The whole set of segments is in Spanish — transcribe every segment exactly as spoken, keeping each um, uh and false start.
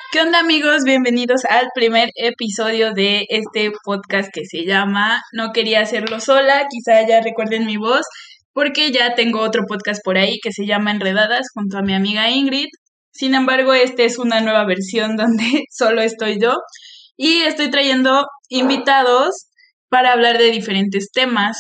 ¿Qué onda, amigos? Bienvenidos al primer episodio de este podcast que se llama No quería hacerlo sola. Quizá ya recuerden mi voz porque ya tengo otro podcast por ahí que se llama Enredadas junto a mi amiga Ingrid. Sin embargo, esta es una nueva versión donde solo estoy yo y estoy trayendo invitados para hablar de diferentes temas.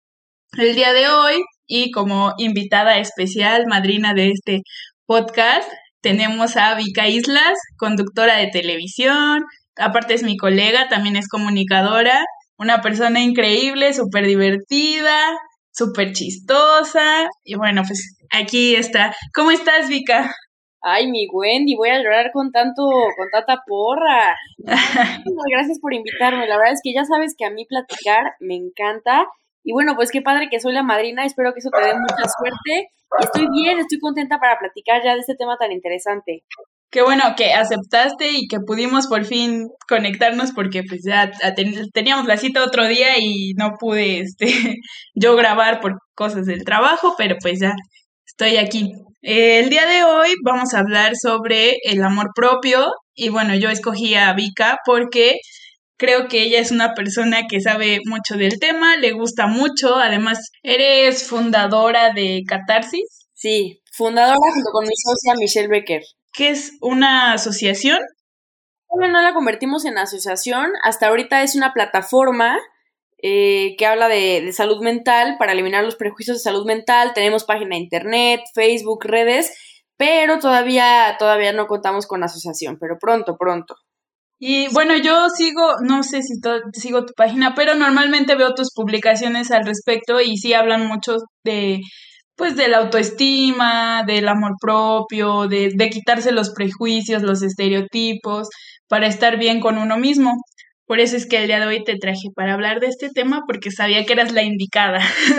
El día de hoy, y como invitada especial, madrina de este podcast, tenemos a Vika Islas, conductora de televisión, aparte es mi colega, también es comunicadora, una persona increíble, súper divertida, súper chistosa, y bueno, pues aquí está. ¿Cómo estás, Vika? Ay, mi Wendy, voy a llorar con tanto, con tanta porra. Muchísimas gracias por invitarme. La verdad es que ya sabes que a mí platicar me encanta. Y bueno, pues qué padre que soy la madrina. Espero que eso te dé mucha suerte. Y estoy bien, estoy contenta para platicar ya de este tema tan interesante. Qué bueno que aceptaste y que pudimos por fin conectarnos porque pues ya ten- teníamos la cita otro día y no pude este yo grabar por cosas del trabajo, pero pues ya estoy aquí. Eh, el día de hoy vamos a hablar sobre el amor propio y bueno, yo escogí a Vika porque creo que ella es una persona que sabe mucho del tema, le gusta mucho, además eres fundadora de Catarsis, Sí, fundadora junto con mi socia Michelle Becker. que es una asociación. Bueno, no la convertimos en asociación. Hasta ahorita es una plataforma eh, que habla de, de salud mental para eliminar los prejuicios de salud mental. Tenemos página de internet, Facebook, redes, pero todavía, todavía no contamos con asociación, pero pronto, pronto. Y bueno, yo sigo, no sé si to- sigo tu página, pero normalmente veo tus publicaciones al respecto y sí hablan mucho de, pues, de la autoestima, del amor propio, de, de quitarse los prejuicios, los estereotipos, para estar bien con uno mismo. Por eso es que el día de hoy te traje para hablar de este tema porque sabía que eras la indicada.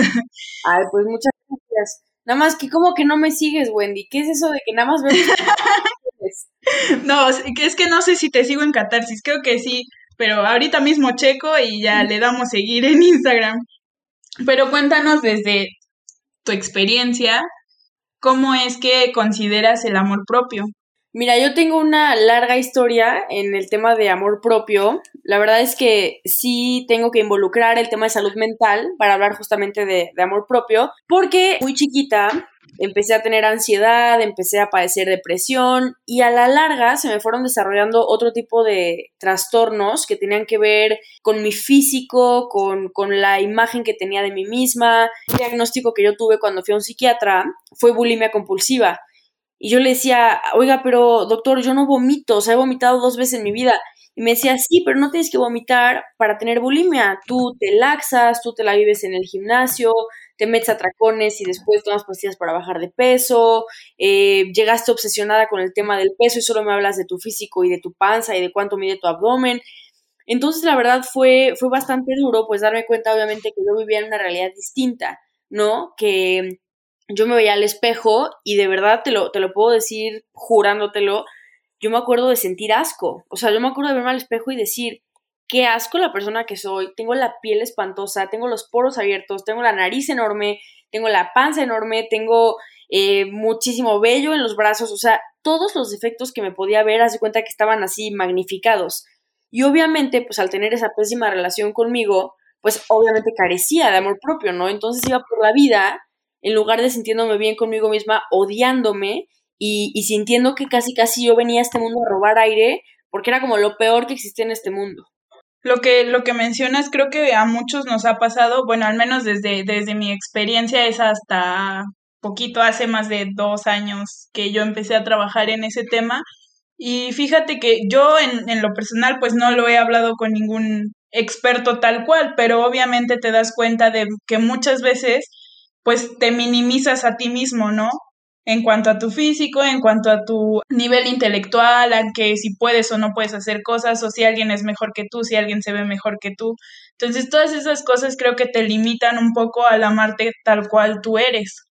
Ay, pues muchas gracias. Nada más que como que no me sigues, Wendy. ¿Qué es eso de que nada más veo tus publicaciones? No, es que no sé si te sigo en Catarsis, creo que sí, pero ahorita mismo checo y ya le damos seguir en Instagram. Pero cuéntanos desde tu experiencia, ¿cómo es que consideras el amor propio? Mira, yo tengo una larga historia en el tema de amor propio. La verdad es que sí tengo que involucrar el tema de salud mental para hablar justamente de, de amor propio, porque muy chiquita empecé a tener ansiedad, empecé a padecer depresión y a la larga se me fueron desarrollando otro tipo de trastornos que tenían que ver con mi físico, con, con la imagen que tenía de mí misma. El diagnóstico que yo tuve cuando fui a un psiquiatra fue bulimia compulsiva. Y yo le decía, oiga, pero doctor, yo no vomito, o sea, he vomitado dos veces en mi vida. Y me decía, sí, pero no tienes que vomitar para tener bulimia. Tú te laxas, tú te la vives en el gimnasio, te metes a tracones y después tomas pastillas para bajar de peso. Eh, llegaste obsesionada con el tema del peso y solo me hablas de tu físico y de tu panza y de cuánto mide tu abdomen. Entonces, la verdad fue, fue bastante duro, pues darme cuenta, obviamente, que yo vivía en una realidad distinta, ¿no? Que yo me veía al espejo y de verdad te lo, te lo puedo decir jurándotelo, yo me acuerdo de sentir asco. O sea, yo me acuerdo de verme al espejo y decir, qué asco la persona que soy, tengo la piel espantosa, tengo los poros abiertos, tengo la nariz enorme, tengo la panza enorme, tengo eh, muchísimo vello en los brazos, o sea, todos los defectos que me podía ver, haz de cuenta que estaban así magnificados. Y obviamente, pues al tener esa pésima relación conmigo, pues obviamente carecía de amor propio, ¿no? Entonces iba por la vida, en lugar de sintiéndome bien conmigo misma, odiándome y, y sintiendo que casi casi yo venía a este mundo a robar aire, porque era como lo peor que existía en este mundo. Lo que, lo que mencionas creo que a muchos nos ha pasado, bueno, al menos desde, desde mi experiencia es hasta poquito, hace más de dos años que yo empecé a trabajar en ese tema. Y fíjate que yo en, en lo personal pues no lo he hablado con ningún experto tal cual, pero obviamente te das cuenta de que muchas veces pues te minimizas a ti mismo, ¿no? En cuanto a tu físico, en cuanto a tu nivel intelectual, a que si puedes o no puedes hacer cosas, o si alguien es mejor que tú, si alguien se ve mejor que tú. Entonces todas esas cosas creo que te limitan un poco al amarte tal cual tú eres.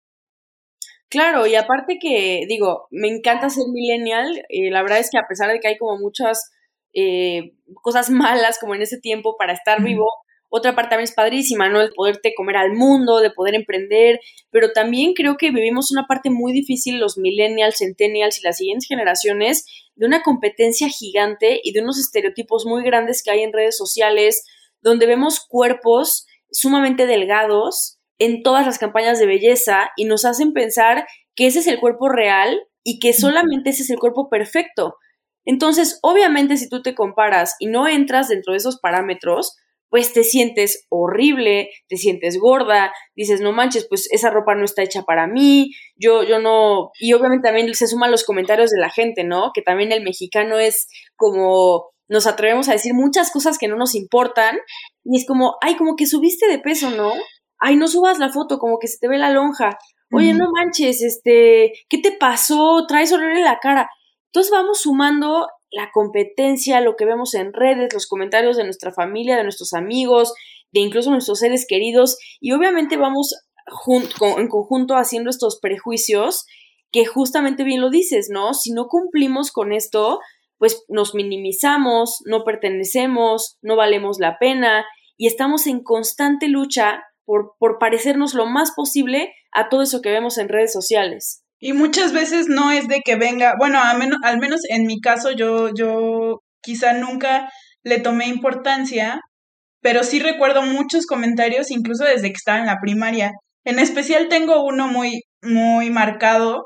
Claro, y aparte que, digo, me encanta ser millennial, eh, la verdad es que a pesar de que hay como muchas eh, cosas malas como en ese tiempo para estar vivo, otra parte también es padrísima, ¿no? El poderte comer al mundo, de poder emprender, pero también creo que vivimos una parte muy difícil los millennials, centennials y las siguientes generaciones de una competencia gigante y de unos estereotipos muy grandes que hay en redes sociales, donde vemos cuerpos sumamente delgados en todas las campañas de belleza y nos hacen pensar que ese es el cuerpo real y que solamente ese es el cuerpo perfecto. Entonces, obviamente, si tú te comparas y no entras dentro de esos parámetros, pues te sientes horrible, te sientes gorda, dices, no manches, pues esa ropa no está hecha para mí, yo, yo no, y obviamente también se suman los comentarios de la gente, ¿no? Que también el mexicano es como, nos atrevemos a decir muchas cosas que no nos importan, y es como, ay, como que subiste de peso, ¿no? Ay, no subas la foto, como que se te ve la lonja, oye, no manches, este, ¿qué te pasó? Traes horrible la cara. Entonces vamos sumando la competencia, lo que vemos en redes, los comentarios de nuestra familia, de nuestros amigos, de incluso nuestros seres queridos, y obviamente vamos jun- con, en conjunto haciendo estos prejuicios que justamente bien lo dices, ¿no? Si no cumplimos con esto, pues nos minimizamos, no pertenecemos, no valemos la pena y estamos en constante lucha por, por parecernos lo más posible a todo eso que vemos en redes sociales. Y muchas veces no es de que venga, bueno, a menos, al menos en mi caso yo, yo quizá nunca le tomé importancia, pero sí recuerdo muchos comentarios, incluso desde que estaba en la primaria. En especial tengo uno muy, muy marcado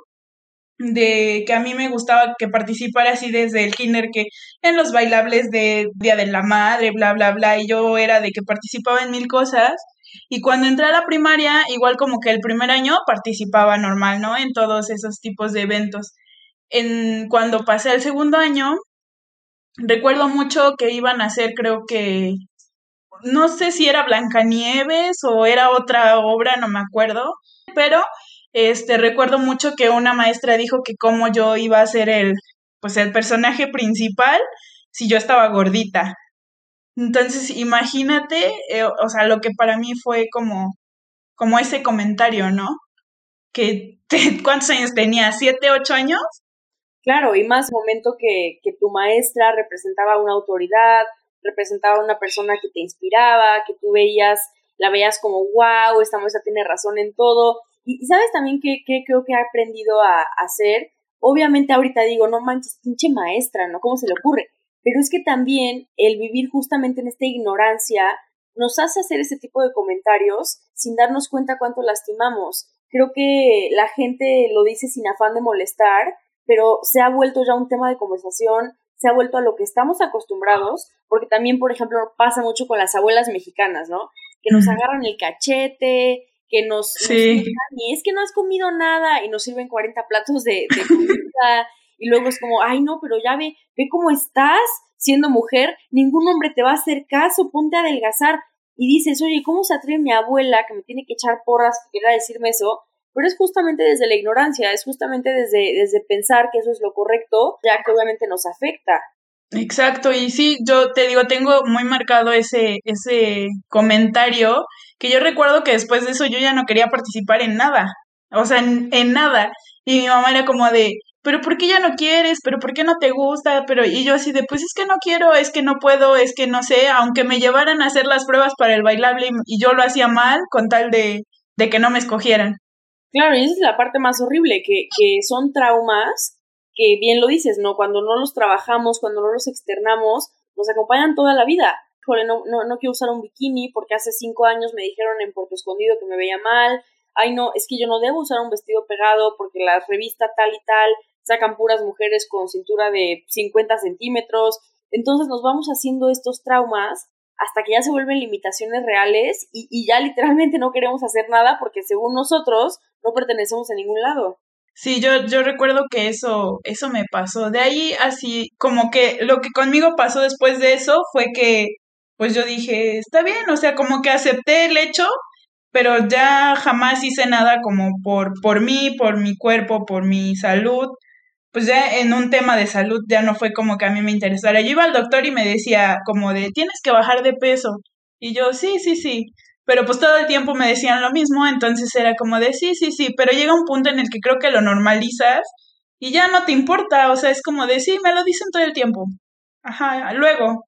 de que a mí me gustaba que participara así desde el kinder, que en los bailables de Día de la Madre, bla, bla, bla, y yo era de que participaba en mil cosas. Y cuando entré a la primaria, igual como que el primer año participaba normal, ¿no? En todos esos tipos de eventos. En, cuando pasé al segundo año, recuerdo mucho que iban a hacer, creo que, no sé si era Blancanieves o era otra obra, no me acuerdo, pero este recuerdo mucho que una maestra dijo que cómo yo iba a ser el, pues el personaje principal si yo estaba gordita. Entonces, imagínate, eh, o sea, lo que para mí fue como, como ese comentario, ¿no? Que te- ¿cuántos años tenía? ¿Siete, ocho años? Claro, y más momento que, que tu maestra representaba una autoridad, representaba una persona que te inspiraba, que tú veías, la veías como, wow, esta maestra tiene razón en todo. Y, y sabes también que, que creo que ha aprendido a, a hacer, obviamente ahorita digo, no manches, pinche maestra, ¿no? ¿Cómo se le ocurre? Pero es que también el vivir justamente en esta ignorancia nos hace hacer ese tipo de comentarios sin darnos cuenta cuánto lastimamos. Creo que la gente lo dice sin afán de molestar, pero se ha vuelto ya un tema de conversación, se ha vuelto a lo que estamos acostumbrados, porque también, por ejemplo, pasa mucho con las abuelas mexicanas, ¿no? Que nos agarran el cachete, que nos, Sí. nos sientan y es que no has comido nada y nos sirven cuarenta platos de, de comida y luego es como, ay no, pero ya ve, ve cómo estás siendo mujer, ningún hombre te va a hacer caso, ponte a adelgazar y dices, oye, ¿cómo se atreve mi abuela que me tiene que echar porras que quiera decirme eso? Pero es justamente desde la ignorancia, es justamente desde, desde pensar que eso es lo correcto, ya que obviamente nos afecta. Exacto, y sí, yo te digo, tengo muy marcado ese, ese comentario, que yo recuerdo que después de eso yo ya no quería participar en nada, o sea, en, en nada. Y mi mamá era como de, pero ¿por qué ya no quieres? ¿Pero por qué no te gusta? Pero, y yo así de, pues es que no quiero, es que no puedo, es que no sé, aunque me llevaran a hacer las pruebas para el bailable y, y yo lo hacía mal con tal de, de que no me escogieran. Claro, y esa es la parte más horrible, que, que son traumas que bien lo dices, ¿no? Cuando no los trabajamos, cuando no los externamos, nos acompañan toda la vida. Híjole, no, no, no quiero usar un bikini porque hace cinco años me dijeron en Puerto Escondido que me veía mal. Ay, no, es que yo no debo usar un vestido pegado porque la revista tal y tal sacan puras mujeres con cintura de cincuenta centímetros. Entonces nos vamos haciendo estos traumas hasta que ya se vuelven limitaciones reales y, y ya literalmente no queremos hacer nada porque según nosotros no pertenecemos a ningún lado. Sí, yo, yo recuerdo que eso, eso me pasó. De ahí así, como que lo que conmigo pasó después de eso fue que, pues yo dije, está bien, o sea, como que acepté el hecho, pero ya jamás hice nada como por, por mí, por mi cuerpo, por mi salud. Pues ya en un tema de salud ya no fue como que a mí me interesara. Yo iba al doctor y me decía como de, tienes que bajar de peso. Y yo, sí, sí, sí. Pero pues todo el tiempo me decían lo mismo, entonces era como de, sí, sí, sí. Pero llega un punto en el que creo que lo normalizas y ya no te importa. O sea, es como de, sí, me lo dicen todo el tiempo. Ajá, luego.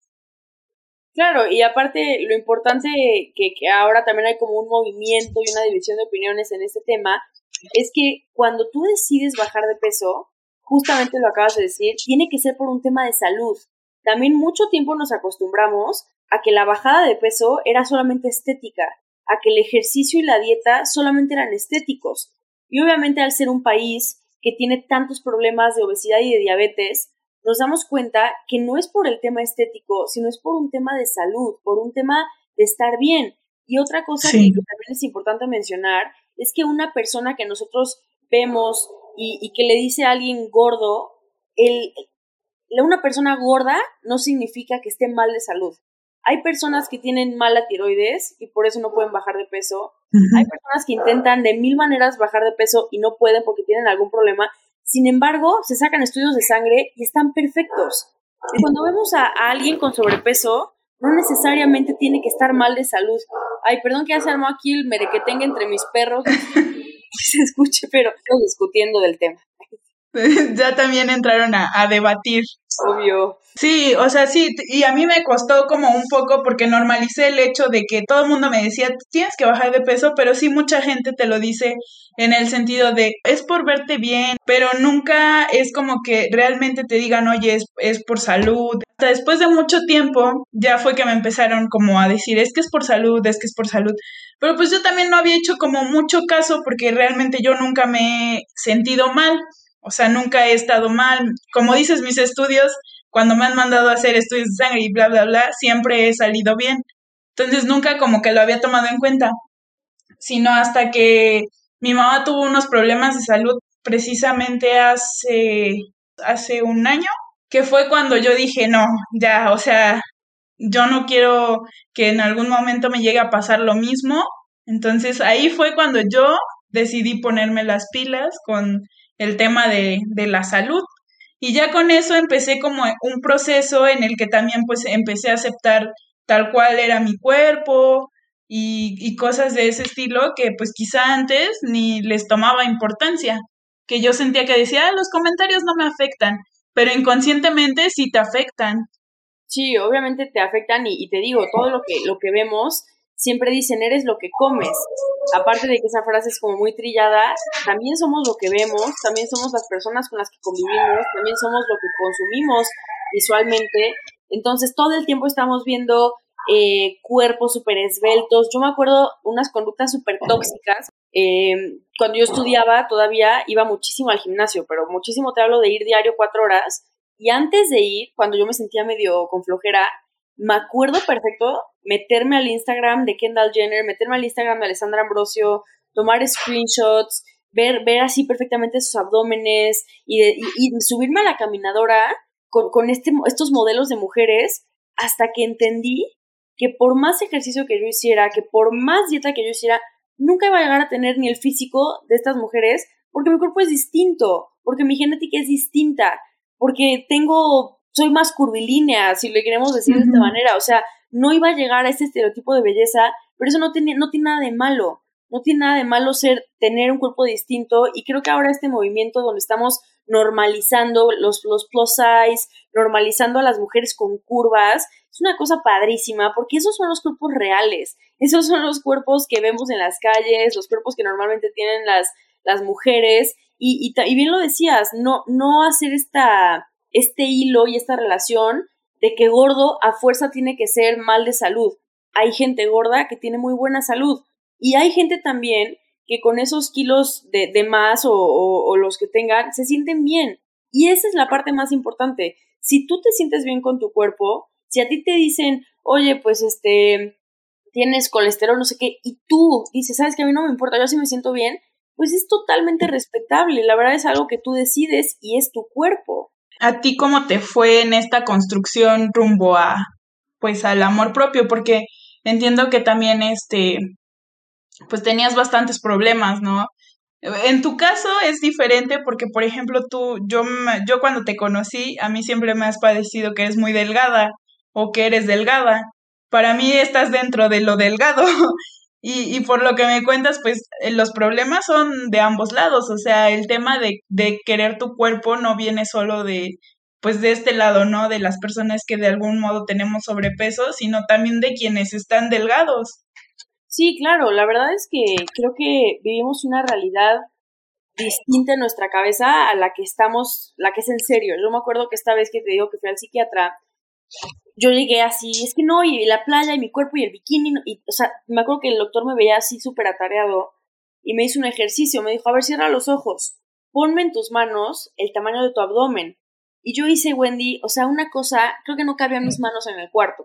Claro, y aparte lo importante que, que ahora también hay como un movimiento y una división de opiniones en este tema, es que cuando tú decides bajar de peso, justamente lo acabas de decir, tiene que ser por un tema de salud. También mucho tiempo nos acostumbramos a que la bajada de peso era solamente estética, a que el ejercicio y la dieta solamente eran estéticos. Y obviamente al ser un país que tiene tantos problemas de obesidad y de diabetes, nos damos cuenta que no es por el tema estético, sino es por un tema de salud, por un tema de estar bien. Y otra cosa sí. que también es importante mencionar es que una persona que nosotros vemos y, y que le dice a alguien gordo, el, una persona gorda no significa que esté mal de salud. Hay personas que tienen mala tiroides y por eso no pueden bajar de peso. Uh-huh. Hay personas que intentan de mil maneras bajar de peso y no pueden porque tienen algún problema. Sin embargo, se sacan estudios de sangre y están perfectos. Y cuando vemos a, a alguien con sobrepeso, no necesariamente tiene que estar mal de salud. Ay, perdón que ya se armó aquí el merequetengue entre mis perros. Se escuche, pero estamos discutiendo del tema. Ya también entraron a, a debatir. Obvio. Sí, o sea, sí, y a mí me costó como un poco porque normalicé el hecho de que todo el mundo me decía, tienes que bajar de peso, pero sí mucha gente te lo dice en el sentido de, es por verte bien, pero nunca es como que realmente te digan, oye, es, es por salud. Hasta después de mucho tiempo ya fue que me empezaron como a decir, es que es por salud, es que es por salud. Pero pues yo también no había hecho como mucho caso porque realmente yo nunca me he sentido mal. O sea, nunca he estado mal. Como dices, mis estudios, cuando me han mandado a hacer estudios de sangre y bla, bla, bla, siempre he salido bien. Entonces, nunca como que lo había tomado en cuenta. Sino hasta que mi mamá tuvo unos problemas de salud precisamente hace, hace un año, que fue cuando yo dije, no, ya, o sea, yo no quiero que en algún momento me llegue a pasar lo mismo. Entonces, ahí fue cuando yo decidí ponerme las pilas con el tema de, de la salud. Y ya con eso empecé como un proceso en el que también pues empecé a aceptar tal cual era mi cuerpo y, y cosas de ese estilo que pues quizá antes ni les tomaba importancia, que yo sentía que decía, ah, los comentarios no me afectan, pero inconscientemente sí te afectan. Sí, obviamente te afectan y, y te digo, todo lo que, lo que vemos, siempre dicen, eres lo que comes. Aparte de que esa frase es como muy trillada, también somos lo que vemos, también somos las personas con las que convivimos, también somos lo que consumimos visualmente. Entonces, todo el tiempo estamos viendo eh, cuerpos súper esbeltos. Yo me acuerdo unas conductas súper tóxicas. Eh, cuando yo estudiaba, todavía iba muchísimo al gimnasio, pero muchísimo te hablo de ir diario cuatro horas. Y antes de ir, cuando yo me sentía medio con flojera, me acuerdo perfecto meterme al Instagram de Kendall Jenner, meterme al Instagram de Alessandra Ambrosio, tomar screenshots, ver, ver así perfectamente sus abdómenes y, de, y, y subirme a la caminadora con, con este, estos modelos de mujeres hasta que entendí que por más ejercicio que yo hiciera, que por más dieta que yo hiciera, nunca iba a llegar a tener ni el físico de estas mujeres porque mi cuerpo es distinto, porque mi genética es distinta, porque tengo, soy más curvilínea, si lo queremos decir uh-huh. de esta manera, o sea, no iba a llegar a este estereotipo de belleza, pero eso no tiene, no tiene nada de malo, no tiene nada de malo ser, tener un cuerpo distinto, y creo que ahora este movimiento donde estamos normalizando los, los plus size, normalizando a las mujeres con curvas, es una cosa padrísima, porque esos son los cuerpos reales, esos son los cuerpos que vemos en las calles, los cuerpos que normalmente tienen las, las mujeres, y, y, y bien lo decías, no, no hacer esta, este hilo y esta relación de que gordo a fuerza tiene que ser mal de salud. Hay gente gorda que tiene muy buena salud y hay gente también que con esos kilos de, de más o, o, o los que tengan se sienten bien. Y esa es la parte más importante. Si tú te sientes bien con tu cuerpo, si a ti te dicen, oye, pues este, tienes colesterol, no sé qué, y tú dices, sabes que a mí no me importa, yo sí me siento bien, pues es totalmente respetable. La verdad es algo que tú decides y es tu cuerpo. ¿A ti cómo te fue en esta construcción rumbo a, pues, al amor propio? Porque entiendo que también, este, pues, tenías bastantes problemas, ¿no? En tu caso es diferente porque, por ejemplo, tú, yo, yo cuando te conocí, a mí siempre me has parecido que eres muy delgada o que eres delgada. Para mí estás dentro de lo delgado. Y, y por lo que me cuentas, pues los problemas son de ambos lados, o sea, el tema de, de querer tu cuerpo no viene solo de, pues de este lado, ¿no? De las personas que de algún modo tenemos sobrepeso, sino también de quienes están delgados. Sí, claro, la verdad es que creo que vivimos una realidad distinta en nuestra cabeza a la que estamos, la que es en serio. Yo me acuerdo que esta vez que te digo que fui al psiquiatra, yo llegué así, es que no, y la playa, y mi cuerpo, y el bikini, y, o sea, me acuerdo que el doctor me veía así súper atareado, y me hizo un ejercicio, me dijo, a ver, cierra los ojos, ponme en tus manos el tamaño de tu abdomen. Y yo hice, Wendy, o sea, una cosa, creo que no cabían mis manos en el cuarto.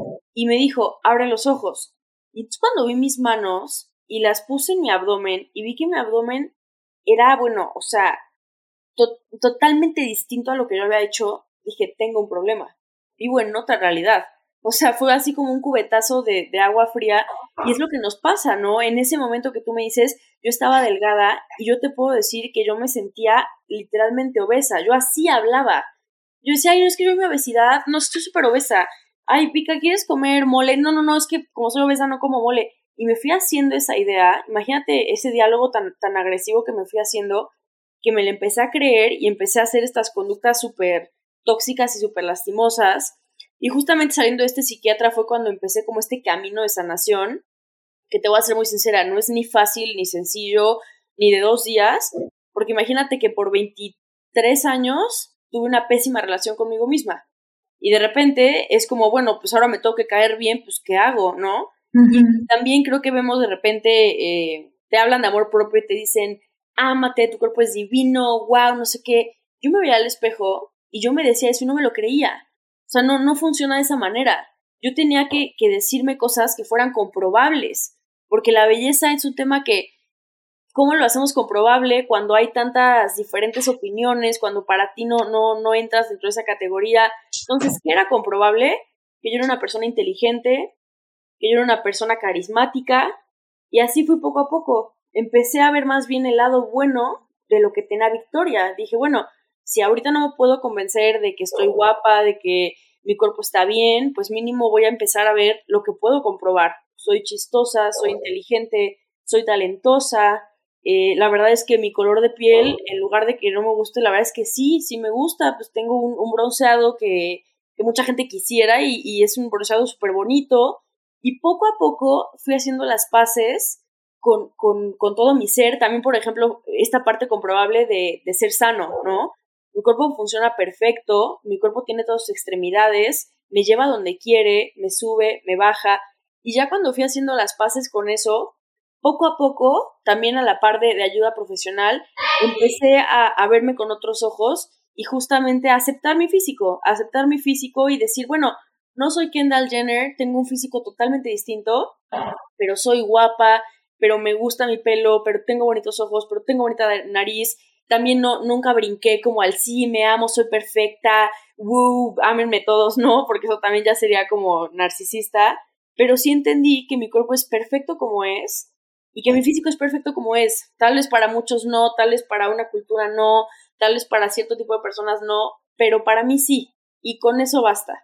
Y me dijo, abre los ojos. Y entonces cuando vi mis manos y las puse en mi abdomen y vi que mi abdomen era, bueno, o sea, to- totalmente distinto a lo que yo había hecho, dije, tengo un problema. Vivo en otra realidad. O sea, fue así como un cubetazo de, de agua fría y es lo que nos pasa, ¿no? En ese momento que tú me dices, yo estaba delgada y yo te puedo decir que yo me sentía literalmente obesa. Yo así hablaba. Yo decía, ay, no, es que yo mi obesidad, no, estoy súper obesa. Ay, Pica, ¿quieres comer mole? No, no, no, es que como soy obesa no como mole. Y me fui haciendo esa idea, imagínate ese diálogo tan, tan agresivo que me fui haciendo, que me le empecé a creer y empecé a hacer estas conductas súper tóxicas y súper lastimosas. Y justamente saliendo de este psiquiatra fue cuando empecé como este camino de sanación, que te voy a ser muy sincera, no es ni fácil, ni sencillo, ni de dos días, porque imagínate que por veintitrés años tuve una pésima relación conmigo misma. Y de repente es como, bueno, pues ahora me tengo que caer bien, pues ¿qué hago, no? Uh-huh. Y también creo que vemos de repente, eh, te hablan de amor propio y te dicen, ámate, tu cuerpo es divino, wow, no sé qué. Yo me veía al espejo y yo me decía eso y no me lo creía. O sea, no, no funciona de esa manera. Yo tenía que, que decirme cosas que fueran comprobables, porque la belleza es un tema que, ¿cómo lo hacemos comprobable cuando hay tantas diferentes opiniones, cuando para ti no, no, no entras dentro de esa categoría? Entonces, ¿qué era comprobable? Que yo era una persona inteligente, que yo era una persona carismática, y así fui poco a poco. Empecé a ver más bien el lado bueno de lo que tenía Victoria. Dije, bueno, si ahorita no me puedo convencer de que estoy guapa, de que mi cuerpo está bien, pues mínimo voy a empezar a ver lo que puedo comprobar. Soy chistosa, soy inteligente, soy talentosa. Eh, la verdad es que mi color de piel, en lugar de que no me guste, la verdad es que sí, sí me gusta. Pues tengo un, un bronceado que, que mucha gente quisiera y, y es un bronceado súper bonito. Y poco a poco fui haciendo las paces con, con, con todo mi ser. También, por ejemplo, esta parte comprobable de, de ser sano, ¿no? Mi cuerpo funciona perfecto, mi cuerpo tiene todas sus extremidades, me lleva donde quiere, me sube, me baja. Y ya cuando fui haciendo las paces con eso, poco a poco, también a la par de, de ayuda profesional, empecé a, a verme con otros ojos y justamente a aceptar mi físico, a aceptar mi físico y decir, bueno, no soy Kendall Jenner, tengo un físico totalmente distinto, pero soy guapa, pero me gusta mi pelo, pero tengo bonitos ojos, pero tengo bonita nariz. También no, nunca brinqué como al sí, me amo, soy perfecta, woo, ámenme todos, ¿no? Porque eso también ya sería como narcisista. Pero sí entendí que mi cuerpo es perfecto como es y que mi físico es perfecto como es. Tal vez para muchos no, tal vez para una cultura no, tal vez para cierto tipo de personas no, pero para mí sí. Y con eso basta.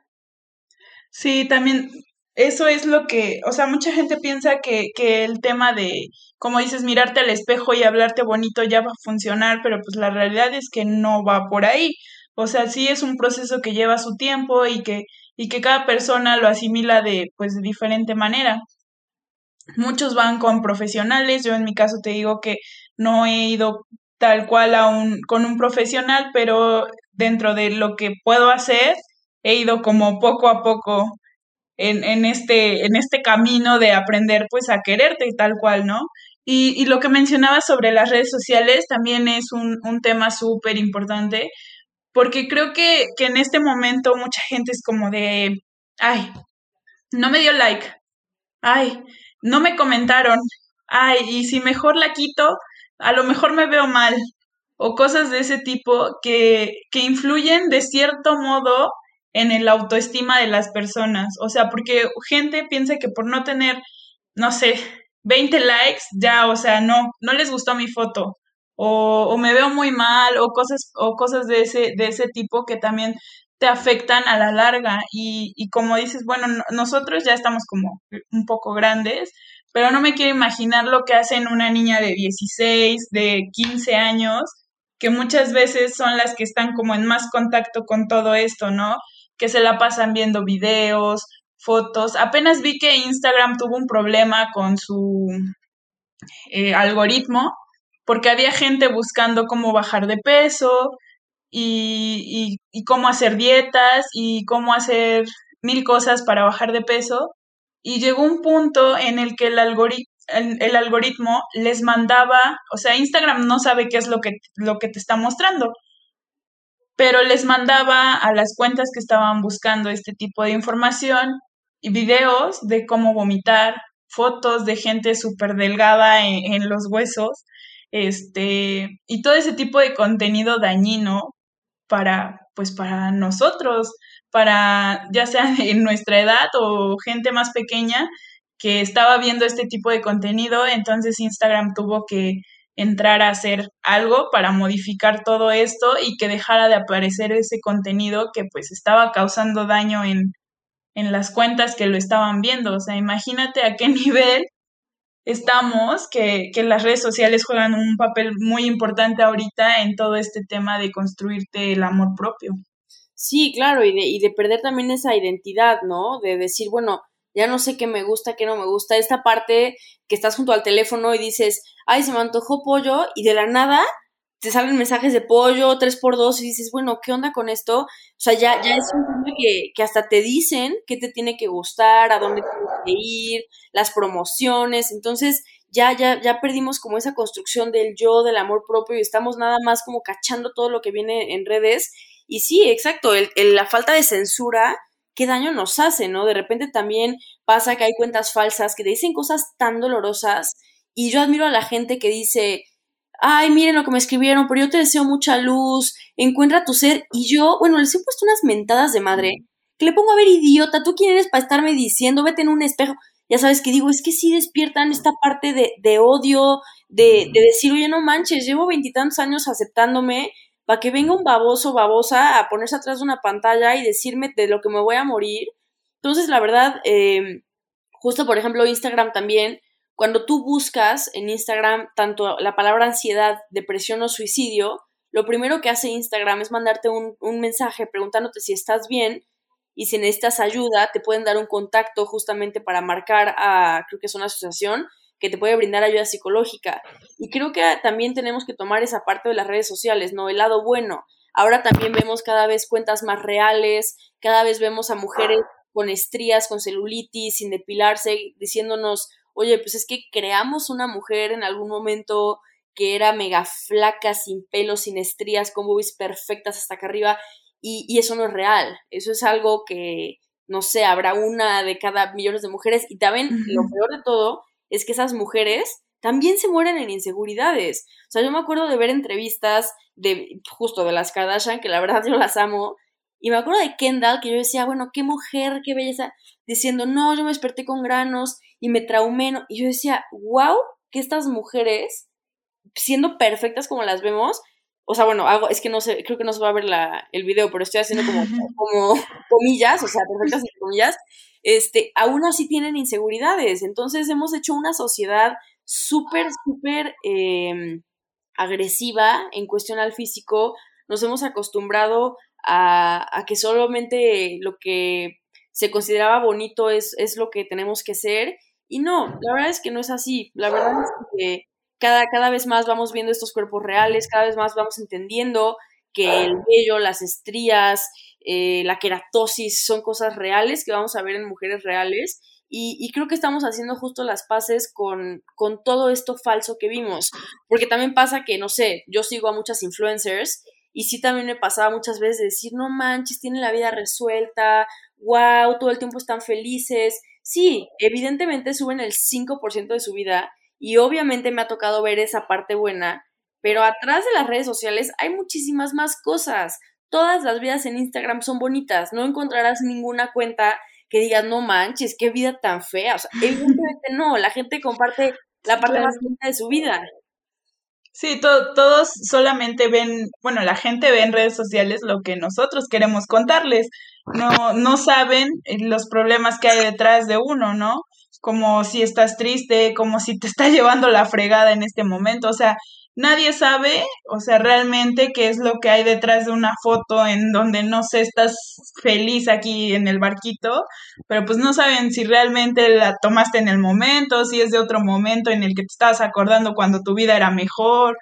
Sí, también eso es lo que, o sea, mucha gente piensa que, que el tema de, como dices, mirarte al espejo y hablarte bonito ya va a funcionar, pero pues la realidad es que no va por ahí. O sea, sí es un proceso que lleva su tiempo y que, y que cada persona lo asimila de, pues, de diferente manera. Muchos van con profesionales, yo en mi caso te digo que no he ido tal cual a un, con un profesional, pero dentro de lo que puedo hacer, he ido como poco a poco en, en este, en este camino de aprender pues a quererte tal cual, ¿no? Y, y lo que mencionabas sobre las redes sociales también es un, un tema súper importante, porque creo que, que en este momento mucha gente es como de, ay, no me dio like, ay, no me comentaron, ay, y si mejor la quito, a lo mejor me veo mal, o cosas de ese tipo que, que influyen de cierto modo en el autoestima de las personas. O sea, porque gente piensa que por no tener, no sé, veinte likes, ya, o sea, no, no les gustó mi foto. O, o me veo muy mal, o cosas, o cosas de ese, de ese tipo que también te afectan a la larga. Y, y como dices, bueno, no- nosotros ya estamos como un poco grandes, pero no me quiero imaginar lo que hacen una niña de dieciséis, de quince años, que muchas veces son las que están como en más contacto con todo esto, ¿no? Que se la pasan viendo videos, fotos. Apenas vi que Instagram tuvo un problema con su eh, algoritmo, porque había gente buscando cómo bajar de peso y, y, y cómo hacer dietas y cómo hacer mil cosas para bajar de peso. Y llegó un punto en el que el algoritmo el, el algoritmo les mandaba, o sea, Instagram no sabe qué es lo que, lo que te está mostrando, pero les mandaba a las cuentas que estaban buscando este tipo de información y videos de cómo vomitar, fotos de gente súper delgada en, en los huesos, este, y todo ese tipo de contenido dañino para, pues para nosotros, para ya sea en nuestra edad o gente más pequeña que estaba viendo este tipo de contenido, entonces Instagram tuvo que entrar a hacer algo para modificar todo esto y que dejara de aparecer ese contenido que pues estaba causando daño en, en las cuentas que lo estaban viendo. O sea, imagínate a qué nivel estamos, que, que las redes sociales juegan un papel muy importante ahorita en todo este tema de construirte el amor propio. Sí, claro, y de, y de perder también esa identidad, ¿no? De decir, bueno, ya no sé qué me gusta, qué no me gusta. Esta parte que estás junto al teléfono y dices, ay, se me antojó pollo, y de la nada te salen mensajes de pollo, tres por dos, y dices, bueno, ¿qué onda con esto? O sea, ya, ya es un tema que, que hasta te dicen qué te tiene que gustar, a dónde tienes que ir, las promociones. Entonces, ya, ya, ya perdimos como esa construcción del yo, del amor propio, y estamos nada más como cachando todo lo que viene en redes. Y sí, exacto, el, el- la falta de censura, qué daño nos hace, ¿no? De repente también pasa que hay cuentas falsas que te dicen cosas tan dolorosas, y yo admiro a la gente que dice, ay, miren lo que me escribieron, pero yo te deseo mucha luz, encuentra tu ser. Y yo, bueno, les he puesto unas mentadas de madre, que le pongo a ver, idiota, ¿tú quién eres para estarme diciendo? Vete en un espejo. Ya sabes que digo, es que sí despiertan esta parte de, de odio, de, de decir, oye, no manches, llevo veintitantos años aceptándome, para que venga un baboso, babosa, a ponerse atrás de una pantalla y decirme de lo que me voy a morir. Entonces, la verdad, eh, justo por ejemplo, Instagram también, cuando tú buscas en Instagram tanto la palabra ansiedad, depresión o suicidio, lo primero que hace Instagram es mandarte un, un mensaje preguntándote si estás bien, y si necesitas ayuda, te pueden dar un contacto justamente para marcar a, creo que es una asociación, que te puede brindar ayuda psicológica. Y creo que también tenemos que tomar esa parte de las redes sociales, ¿no? El lado bueno. Ahora también vemos cada vez cuentas más reales, cada vez vemos a mujeres con estrías, con celulitis, sin depilarse, diciéndonos, oye, pues es que creamos una mujer en algún momento que era mega flaca, sin pelo, sin estrías, con boobies perfectas hasta acá arriba, y, y eso no es real. Eso es algo que, no sé, habrá una de cada millones de mujeres. Y también, lo peor de todo, es que esas mujeres también se mueren en inseguridades. O sea, yo me acuerdo de ver entrevistas de, justo de las Kardashian, que la verdad yo las amo, y me acuerdo de Kendall, que yo decía, bueno, qué mujer, qué belleza, diciendo, no, yo me desperté con granos y me traumé, ¿no? Y yo decía, wow, que estas mujeres, siendo perfectas como las vemos, o sea, bueno, hago, es que no sé, creo que no se va a ver la, el video, pero estoy haciendo como, como comillas, o sea, perfectas entre comillas, este, aún así tienen inseguridades. Entonces hemos hecho una sociedad súper, súper eh, agresiva en cuestión al físico. Nos hemos acostumbrado a, a que solamente lo que se consideraba bonito es, es lo que tenemos que ser. Y no, la verdad es que no es así. La verdad es que cada, cada vez más vamos viendo estos cuerpos reales, cada vez más vamos entendiendo que el vello, las estrías, eh, la queratosis son cosas reales que vamos a ver en mujeres reales. Y, y creo que estamos haciendo justo las paces con, con todo esto falso que vimos. Porque también pasa que, no sé, yo sigo a muchas influencers y sí también me pasaba muchas veces de decir, no manches, tienen la vida resuelta, wow, todo el tiempo están felices. Sí, evidentemente suben el cinco por ciento de su vida y obviamente me ha tocado ver esa parte buena, pero atrás de las redes sociales hay muchísimas más cosas. Todas las vidas en Instagram son bonitas, no encontrarás ninguna cuenta que digas, no manches, qué vida tan fea. O sea, evidentemente no, la gente comparte la parte Claro. más bonita de su vida. Sí, to- todos solamente ven, bueno, la gente ve en redes sociales lo que nosotros queremos contarles. No, no saben eh, los problemas que hay detrás de uno, ¿no? Como si estás triste, como si te está llevando la fregada en este momento. O sea, nadie sabe, o sea, realmente qué es lo que hay detrás de una foto en donde, no sé, estás feliz aquí en el barquito, pero pues no saben si realmente la tomaste en el momento, si es de otro momento en el que te estabas acordando cuando tu vida era mejor,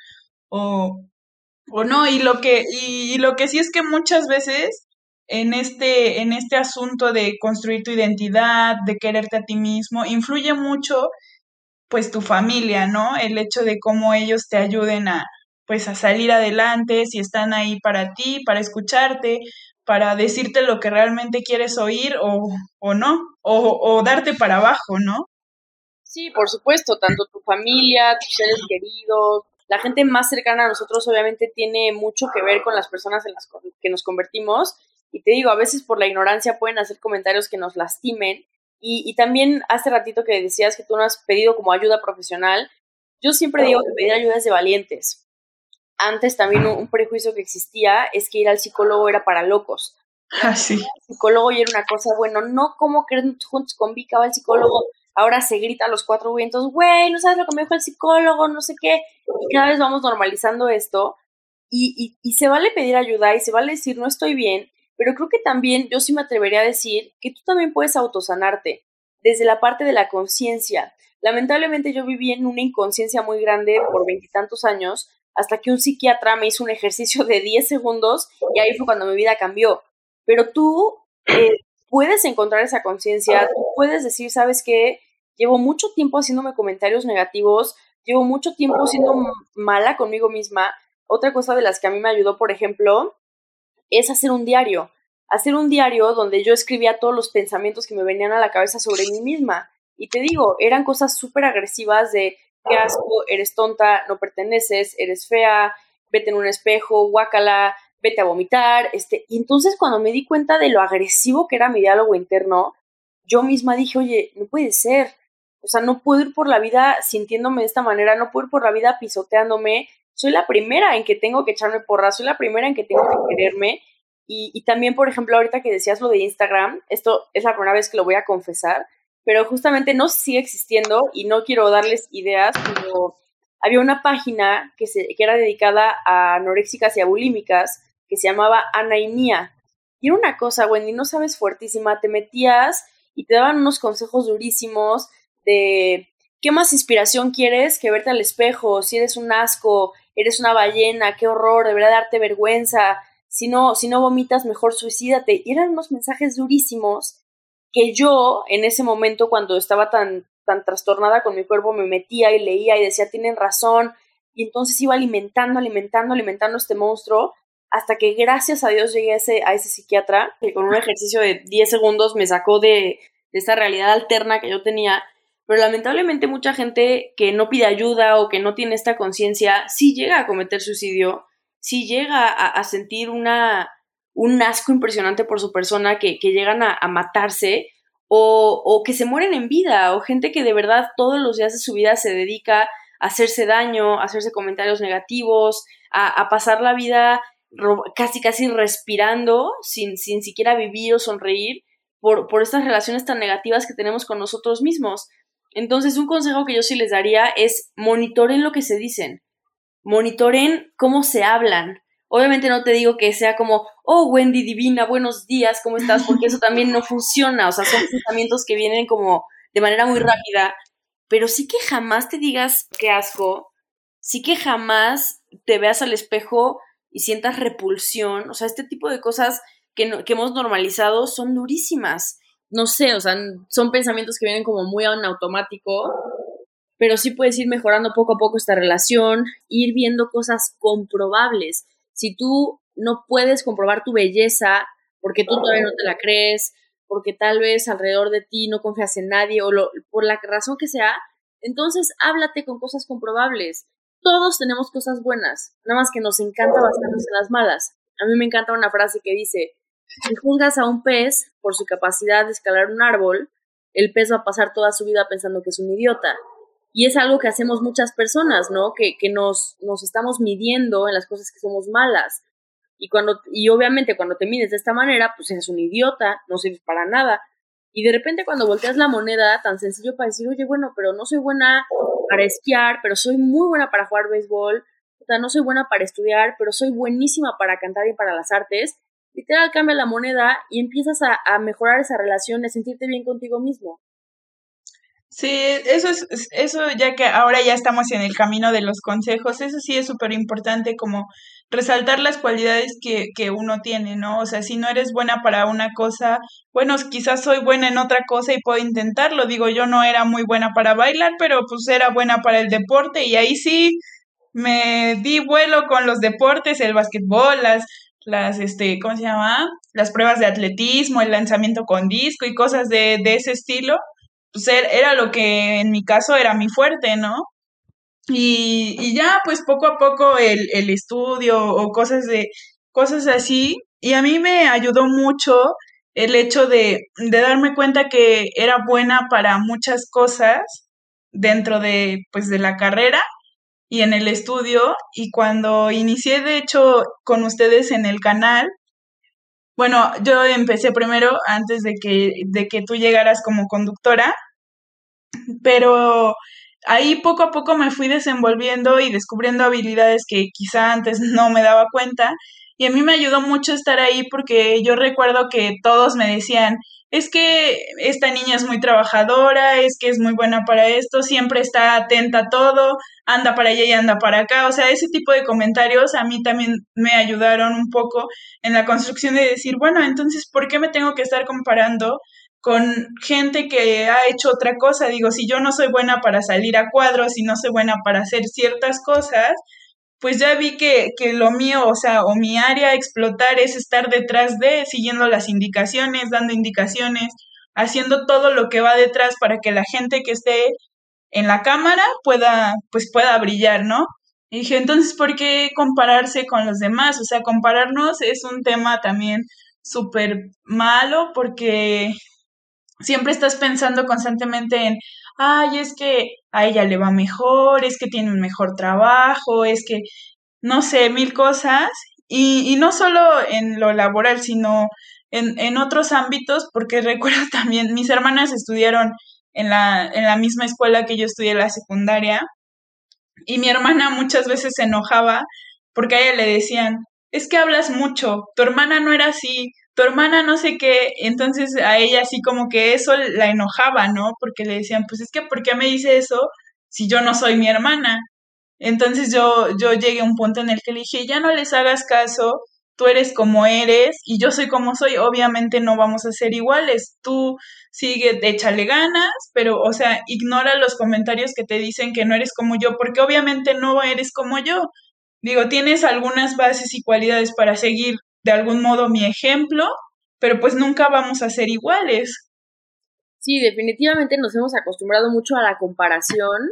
o, o no, y lo que, y, y lo que sí es que muchas veces en este, en este asunto de construir tu identidad, de quererte a ti mismo, influye mucho pues tu familia, ¿no? El hecho de cómo ellos te ayuden a pues a salir adelante, si están ahí para ti, para escucharte, para decirte lo que realmente quieres oír o, o no, o, o darte para abajo, ¿no? Sí, por supuesto, tanto tu familia, tus seres queridos, la gente más cercana a nosotros obviamente tiene mucho que ver con las personas en las que nos convertimos. Y te digo, a veces por la ignorancia pueden hacer comentarios que nos lastimen. Y, y también hace ratito que decías que tú no has pedido como ayuda profesional. Yo siempre digo que pedir ayuda es de valientes. Antes también un, un prejuicio que existía es que ir al psicólogo era para locos. Ah, sí. El psicólogo y era una cosa, bueno, no como que juntos con Vika va el psicólogo, ahora se grita a los cuatro vientos, güey, no sabes lo que me dijo el psicólogo, no sé qué, y cada vez vamos normalizando esto, y, y, y se vale pedir ayuda, y se vale decir, no estoy bien, pero creo que también yo sí me atrevería a decir que tú también puedes autosanarte, desde la parte de la conciencia. Lamentablemente yo viví en una inconsciencia muy grande por veintitantos años, hasta que un psiquiatra me hizo un ejercicio de diez segundos, y ahí fue cuando mi vida cambió. Pero tú eh, puedes encontrar esa conciencia, tú puedes decir, ¿sabes qué? Llevo mucho tiempo haciéndome comentarios negativos, llevo mucho tiempo siendo mala conmigo misma. Otra cosa de las que a mí me ayudó, por ejemplo, es hacer un diario. Hacer un diario donde yo escribía todos los pensamientos que me venían a la cabeza sobre mí misma. Y te digo, eran cosas súper agresivas de qué asco, eres tonta, no perteneces, eres fea, vete en un espejo, guácala, vete a vomitar, este, y entonces cuando me di cuenta de lo agresivo que era mi diálogo interno, yo misma dije, oye, no puede ser, o sea, no puedo ir por la vida sintiéndome de esta manera, no puedo ir por la vida pisoteándome, soy la primera en que tengo que echarme porras, soy la primera en que tengo que quererme, y, y también, por ejemplo, ahorita que decías lo de Instagram, esto es la primera vez que lo voy a confesar, pero justamente no sigue existiendo, y no quiero darles ideas, pero había una página que, se, que era dedicada a anoréxicas y a bulímicas, que se llamaba Ana y Mía. Y era una cosa, Wendy, no sabes, fuertísima, te metías y te daban unos consejos durísimos de qué más inspiración quieres que verte al espejo, si eres un asco, eres una ballena, qué horror, debería darte vergüenza, si no, si no vomitas, mejor suicídate. Y eran unos mensajes durísimos que yo, en ese momento, cuando estaba tan, tan trastornada con mi cuerpo, me metía y leía y decía, tienen razón, y entonces iba alimentando, alimentando, alimentando este monstruo, hasta que gracias a Dios llegué a ese, a ese psiquiatra, que con un ejercicio de diez segundos me sacó de, de esta realidad alterna que yo tenía. Pero lamentablemente mucha gente que no pide ayuda o que no tiene esta conciencia, sí llega a cometer suicidio, sí llega a, a sentir una, un asco impresionante por su persona, que, que llegan a, a matarse, o, o que se mueren en vida, o gente que de verdad todos los días de su vida se dedica a hacerse daño, a hacerse comentarios negativos, a, a pasar la vida casi casi respirando sin, sin siquiera vivir o sonreír por, por estas relaciones tan negativas que tenemos con nosotros mismos. Entonces, un consejo que yo sí les daría es monitoren lo que se dicen, monitoren cómo se hablan. Obviamente no te digo que sea como, oh, Wendy divina, buenos días, ¿cómo estás? Porque eso también no funciona, o sea, son pensamientos que vienen como de manera muy rápida, pero sí que jamás te digas qué asco, sí que jamás te veas al espejo y sientas repulsión, o sea, este tipo de cosas que, no, que hemos normalizado son durísimas. No sé, o sea, son pensamientos que vienen como muy en automático, pero sí puedes ir mejorando poco a poco esta relación, ir viendo cosas comprobables. Si tú no puedes comprobar tu belleza porque tú todavía no te la crees, porque tal vez alrededor de ti no confías en nadie o lo, por la razón que sea, entonces háblate con cosas comprobables. Todos tenemos cosas buenas, nada más que nos encanta basarnos en las malas. A mí me encanta una frase que dice, si juzgas a un pez por su capacidad de escalar un árbol, el pez va a pasar toda su vida pensando que es un idiota. Y es algo que hacemos muchas personas, ¿no? Que, que nos, nos estamos midiendo en las cosas que somos malas. Y, cuando, y obviamente cuando te mides de esta manera, pues eres un idiota, no sirves para nada. Y de repente cuando volteas la moneda, tan sencillo para decir, oye, bueno, pero no soy buena para esquiar, pero soy muy buena para jugar béisbol, puta, no soy buena para estudiar, pero soy buenísima para cantar y para las artes, literal cambia la moneda y empiezas a, a mejorar esa relación, a sentirte bien contigo mismo. Sí, eso es, eso ya que ahora ya estamos en el camino de los consejos, eso sí es súper importante como resaltar las cualidades que, que uno tiene, ¿no? O sea, si no eres buena para una cosa, bueno, quizás soy buena en otra cosa y puedo intentarlo. Digo, yo no era muy buena para bailar, pero pues era buena para el deporte y ahí sí me di vuelo con los deportes, el básquetbol, las, las, este, ¿cómo se llama? Las pruebas de atletismo, el lanzamiento con disco y cosas de, de ese estilo pues era lo que en mi caso era mi fuerte, ¿no? Y, y ya, pues poco a poco el, el estudio o cosas de, cosas así, y a mí me ayudó mucho el hecho de, de darme cuenta que era buena para muchas cosas dentro de, pues, de la carrera y en el estudio, y cuando inicié, de hecho, con ustedes en el canal, bueno, yo empecé primero antes de que, de que tú llegaras como conductora, pero ahí poco a poco me fui desenvolviendo y descubriendo habilidades que quizá antes no me daba cuenta. Y a mí me ayudó mucho estar ahí porque yo recuerdo que todos me decían, es que esta niña es muy trabajadora, es que es muy buena para esto, siempre está atenta a todo, anda para allá y anda para acá. O sea, ese tipo de comentarios a mí también me ayudaron un poco en la construcción de decir, bueno, entonces, ¿por qué me tengo que estar comparando con gente que ha hecho otra cosa? Digo, si yo no soy buena para salir a cuadros, si no soy buena para hacer ciertas cosas, pues ya vi que, que lo mío, o sea, o mi área a explotar es estar detrás de, siguiendo las indicaciones, dando indicaciones, haciendo todo lo que va detrás para que la gente que esté en la cámara pueda, pues pueda brillar, ¿no? Y dije, entonces, ¿por qué compararse con los demás? O sea, compararnos es un tema también súper malo porque siempre estás pensando constantemente en, ay, es que a ella le va mejor, es que tiene un mejor trabajo, es que, no sé, mil cosas. Y, y no solo en lo laboral, sino en, en otros ámbitos, porque recuerdo también, mis hermanas estudiaron en la, en la misma escuela que yo estudié la secundaria, y mi hermana muchas veces se enojaba porque a ella le decían, es que hablas mucho, tu hermana no era así, tu hermana no sé qué, entonces a ella así como que eso la enojaba, ¿no? Porque le decían, pues es que, ¿por qué me dice eso si yo no soy mi hermana? Entonces yo, yo llegué a un punto en el que le dije, ya no les hagas caso, tú eres como eres y yo soy como soy, obviamente no vamos a ser iguales, tú sigue, échale ganas, pero, o sea, ignora los comentarios que te dicen que no eres como yo, porque obviamente no eres como yo. Digo, tienes algunas bases y cualidades para seguir de algún modo mi ejemplo, pero pues nunca vamos a ser iguales. Sí, definitivamente nos hemos acostumbrado mucho a la comparación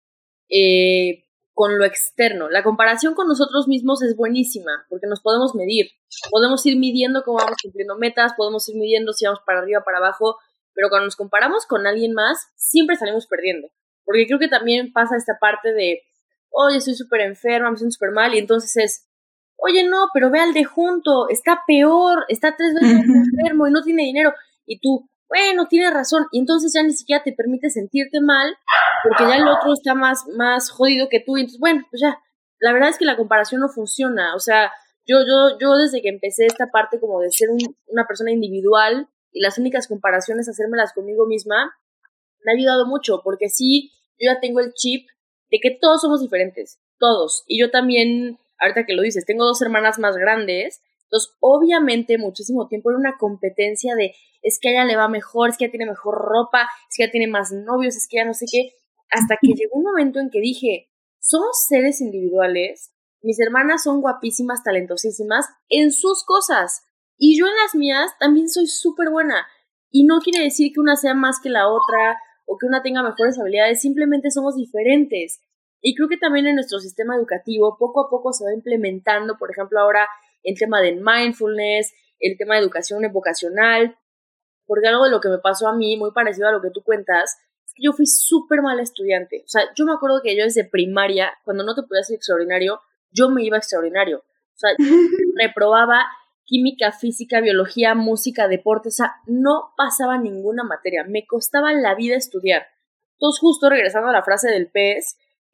eh, con lo externo. La comparación con nosotros mismos es buenísima porque nos podemos medir. Podemos ir midiendo cómo vamos cumpliendo metas, podemos ir midiendo si vamos para arriba o para abajo, pero cuando nos comparamos con alguien más, siempre salimos perdiendo. Porque creo que también pasa esta parte de, oye, estoy súper enferma, me siento súper mal, y entonces es, oye, no, pero ve al de junto, está peor, está tres veces más enfermo y no tiene dinero. Y tú, bueno, tienes razón, y entonces ya ni siquiera te permite sentirte mal porque ya el otro está más, más jodido que tú, y entonces, bueno, pues ya, la verdad es que la comparación no funciona. O sea, yo, yo, yo desde que empecé esta parte como de ser un, una persona individual y las únicas comparaciones, hacérmelas conmigo misma, me ha ayudado mucho, porque sí, yo ya tengo el chip de que todos somos diferentes, todos, y yo también, ahorita que lo dices, tengo dos hermanas más grandes. Entonces, obviamente, muchísimo tiempo era una competencia de, es que a ella le va mejor, es que ella tiene mejor ropa, es que ella tiene más novios, es que ella no sé qué, hasta que llegó un momento en que dije, somos seres individuales, mis hermanas son guapísimas, talentosísimas en sus cosas, y yo en las mías también soy súper buena, y no quiere decir que una sea más que la otra, o que una tenga mejores habilidades, simplemente somos diferentes. Y creo que también en nuestro sistema educativo poco a poco se va implementando, por ejemplo, ahora el tema de mindfulness, el tema de educación vocacional, porque algo de lo que me pasó a mí, muy parecido a lo que tú cuentas, es que yo fui súper mala estudiante. O sea, yo me acuerdo que yo desde primaria, cuando no te podías ir extraordinario, yo me iba extraordinario. O sea, yo reprobaba química, física, biología, música, deporte, o sea, no pasaba ninguna materia, me costaba la vida estudiar. Entonces, justo regresando a la frase del pez,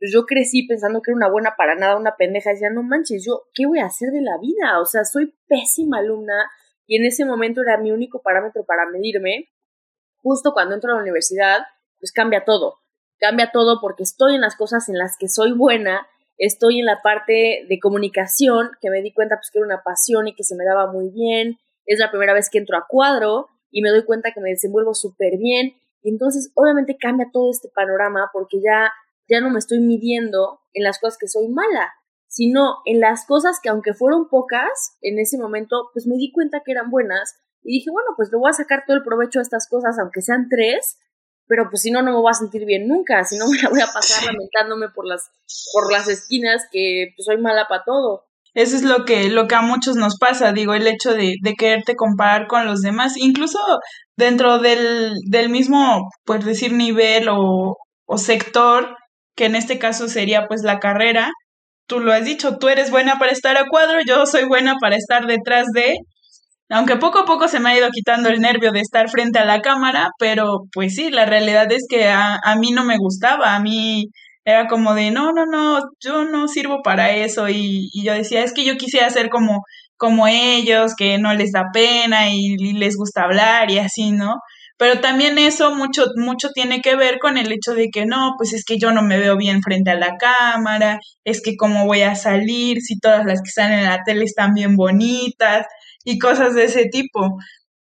pues yo crecí pensando que era una buena para nada, una pendeja, decía, no manches, yo, ¿qué voy a hacer de la vida? O sea, soy pésima alumna, y en ese momento era mi único parámetro para medirme. Justo cuando entro a la universidad, pues cambia todo, cambia todo porque estoy en las cosas en las que soy buena, estoy en la parte de comunicación, que me di cuenta pues que era una pasión y que se me daba muy bien, es la primera vez que entro a cuadro y me doy cuenta que me desenvuelvo súper bien, y entonces obviamente cambia todo este panorama porque ya, ya no me estoy midiendo en las cosas que soy mala, sino en las cosas que aunque fueron pocas, en ese momento pues me di cuenta que eran buenas, y dije, bueno, pues le voy a sacar todo el provecho a estas cosas, aunque sean tres, pero pues si no, no me voy a sentir bien nunca, si no me la voy a pasar lamentándome por las, por las esquinas que pues soy mala para todo. Eso es lo que, lo que a muchos nos pasa, digo, el hecho de, de quererte comparar con los demás, incluso dentro del, del mismo, pues decir, nivel o, o sector, que en este caso sería pues la carrera. Tú lo has dicho, tú eres buena para estar a cuadro, yo soy buena para estar detrás de, aunque poco a poco se me ha ido quitando el nervio de estar frente a la cámara, pero pues sí, la realidad es que a, a mí no me gustaba, a mí era como de, no, no, no, yo no sirvo para eso, y, y yo decía, es que yo quisiera ser como, como ellos, que no les da pena y, y les gusta hablar y así, ¿no? Pero también eso mucho, mucho tiene que ver con el hecho de que no, pues es que yo no me veo bien frente a la cámara, es que cómo voy a salir si todas las que salen en la tele están bien bonitas y cosas de ese tipo,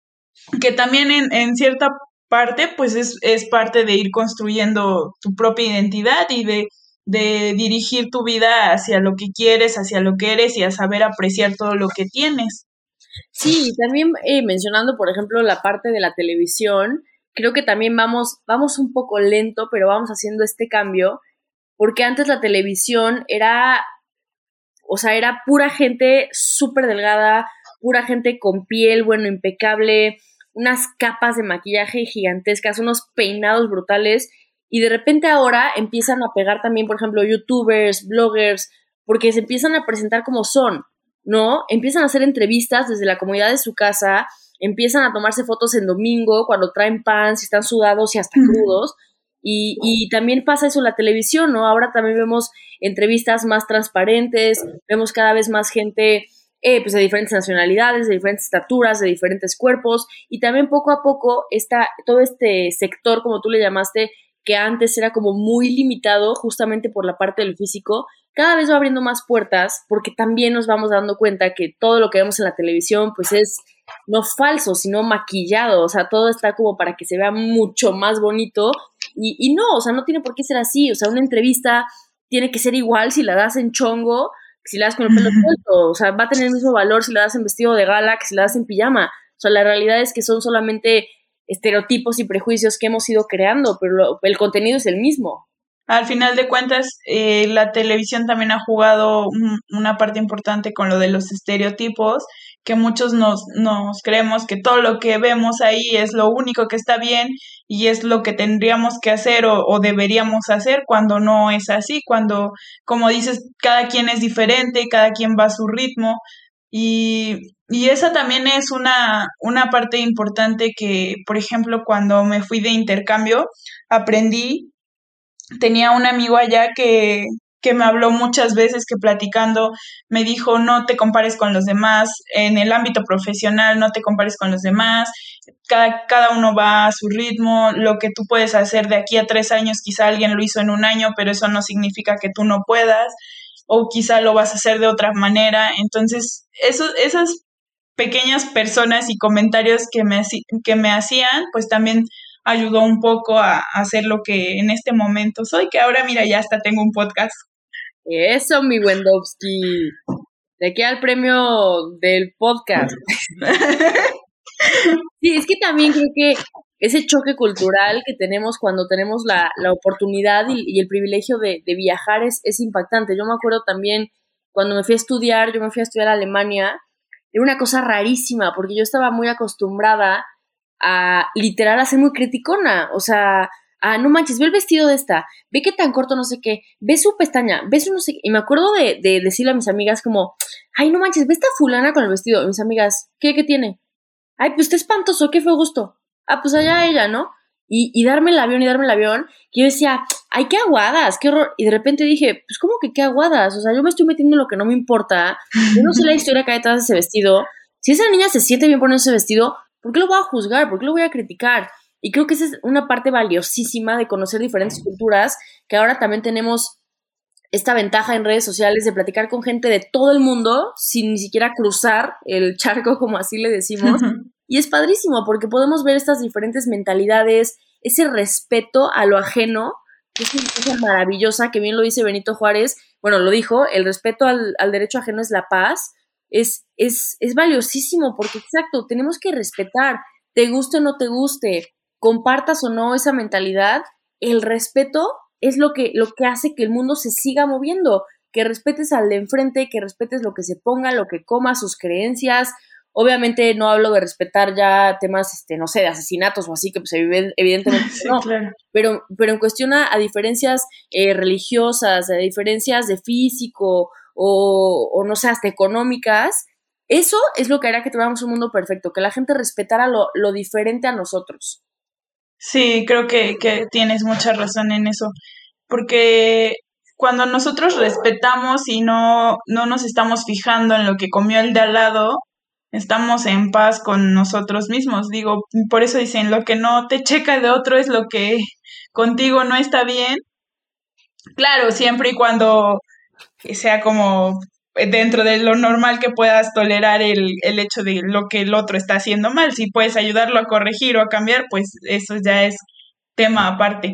que también en, en cierta parte pues es, es parte de ir construyendo tu propia identidad y de, de dirigir tu vida hacia lo que quieres, hacia lo que eres y a saber apreciar todo lo que tienes. Sí, también eh, mencionando, por ejemplo, la parte de la televisión, creo que también vamos, vamos un poco lento, pero vamos haciendo este cambio, porque antes la televisión era, o sea, era pura gente súper delgada, pura gente con piel, bueno, impecable, unas capas de maquillaje gigantescas, unos peinados brutales, y de repente ahora empiezan a pegar también, por ejemplo, youtubers, bloggers, porque se empiezan a presentar como son, ¿no? Empiezan a hacer entrevistas desde la comodidad de su casa, empiezan a tomarse fotos en domingo cuando traen pants y están sudados y hasta crudos, y, y también pasa eso en la televisión, ¿no? Ahora también vemos entrevistas más transparentes, vemos cada vez más gente eh, pues de diferentes nacionalidades, de diferentes estaturas, de diferentes cuerpos, y también poco a poco está todo este sector, como tú le llamaste, que antes era como muy limitado justamente por la parte del físico, cada vez va abriendo más puertas porque también nos vamos dando cuenta que todo lo que vemos en la televisión pues es no falso, sino maquillado, o sea, todo está como para que se vea mucho más bonito y, y no, o sea, no tiene por qué ser así, o sea, una entrevista tiene que ser igual si la das en chongo, que si la das con el pelo suelto, o sea, va a tener el mismo valor si la das en vestido de gala que si la das en pijama, o sea, la realidad es que son solamente estereotipos y prejuicios que hemos ido creando, pero lo, el contenido es el mismo. Al final de cuentas, eh, la televisión también ha jugado un, una parte importante con lo de los estereotipos, que muchos nos, nos creemos que todo lo que vemos ahí es lo único que está bien y es lo que tendríamos que hacer o, o deberíamos hacer, cuando no es así, cuando, como dices, cada quien es diferente, cada quien va a su ritmo, y, y esa también es una, una parte importante que, por ejemplo, cuando me fui de intercambio, aprendí. Tenía un amigo allá que, que me habló muchas veces, que platicando me dijo, no te compares con los demás, en el ámbito profesional no te compares con los demás, cada, cada uno va a su ritmo, lo que tú puedes hacer de aquí a tres años, quizá alguien lo hizo en un año, pero eso no significa que tú no puedas, o quizá lo vas a hacer de otra manera. Entonces, eso, esas pequeñas personas y comentarios que me, que me hacían, pues también ayudó un poco a, a hacer lo que en este momento soy, que ahora mira, ya hasta tengo un podcast. Eso, mi Wendowski. De aquí al premio del podcast. Sí, es que también creo que ese choque cultural que tenemos cuando tenemos la, la oportunidad y, y el privilegio de, de viajar es, es impactante. Yo me acuerdo también cuando me fui a estudiar, yo me fui a estudiar a Alemania, era una cosa rarísima porque yo estaba muy acostumbrada a literal a ser muy criticona, o sea, a no manches, ve el vestido de esta, ve qué tan corto no sé qué, ve su pestaña, ve su no sé qué, y me acuerdo de, de decirle a mis amigas como, ay, no manches, ve esta fulana con el vestido, y mis amigas, ¿qué, qué tiene? Ay, pues está espantoso, qué fue gusto, ah, pues allá ella, ¿no? Y, y darme el avión y darme el avión, y yo decía, ay, qué aguadas, qué horror. Y de repente dije, pues, ¿cómo que qué aguadas? O sea, yo me estoy metiendo en lo que no me importa. Yo no sé la historia que hay detrás de ese vestido. Si esa niña se siente bien poniendo ese vestido, ¿por qué lo voy a juzgar? ¿Por qué lo voy a criticar? Y creo que esa es una parte valiosísima de conocer diferentes culturas, que ahora también tenemos esta ventaja en redes sociales de platicar con gente de todo el mundo sin ni siquiera cruzar el charco, como así le decimos. Y es padrísimo porque podemos ver estas diferentes mentalidades, ese respeto a lo ajeno, que es una cosa maravillosa, que bien lo dice Benito Juárez. Bueno, lo dijo, el respeto al, al derecho ajeno es la paz. Es, es, es valiosísimo porque, exacto, tenemos que respetar, te guste o no te guste, compartas o no esa mentalidad, el respeto es lo que, lo que hace que el mundo se siga moviendo, que respetes al de enfrente, que respetes lo que se ponga, lo que coma, sus creencias. Obviamente no hablo de respetar ya temas, este, no sé, de asesinatos o así, que pues evidentemente Sí, no, claro. pero, pero en cuestión a, a diferencias eh, religiosas, a diferencias de físico o, o no sé, hasta económicas, eso es lo que hará que tuviéramos un mundo perfecto, que la gente respetara lo, lo diferente a nosotros. Sí, creo que, que tienes mucha razón en eso, porque cuando nosotros respetamos y no, no nos estamos fijando en lo que comió el de al lado, estamos en paz con nosotros mismos. Digo, por eso dicen, lo que no te checa de otro es lo que contigo no está bien. Claro, siempre y cuando sea como dentro de lo normal que puedas tolerar el, el hecho de lo que el otro está haciendo mal. Si puedes ayudarlo a corregir o a cambiar, pues eso ya es tema aparte.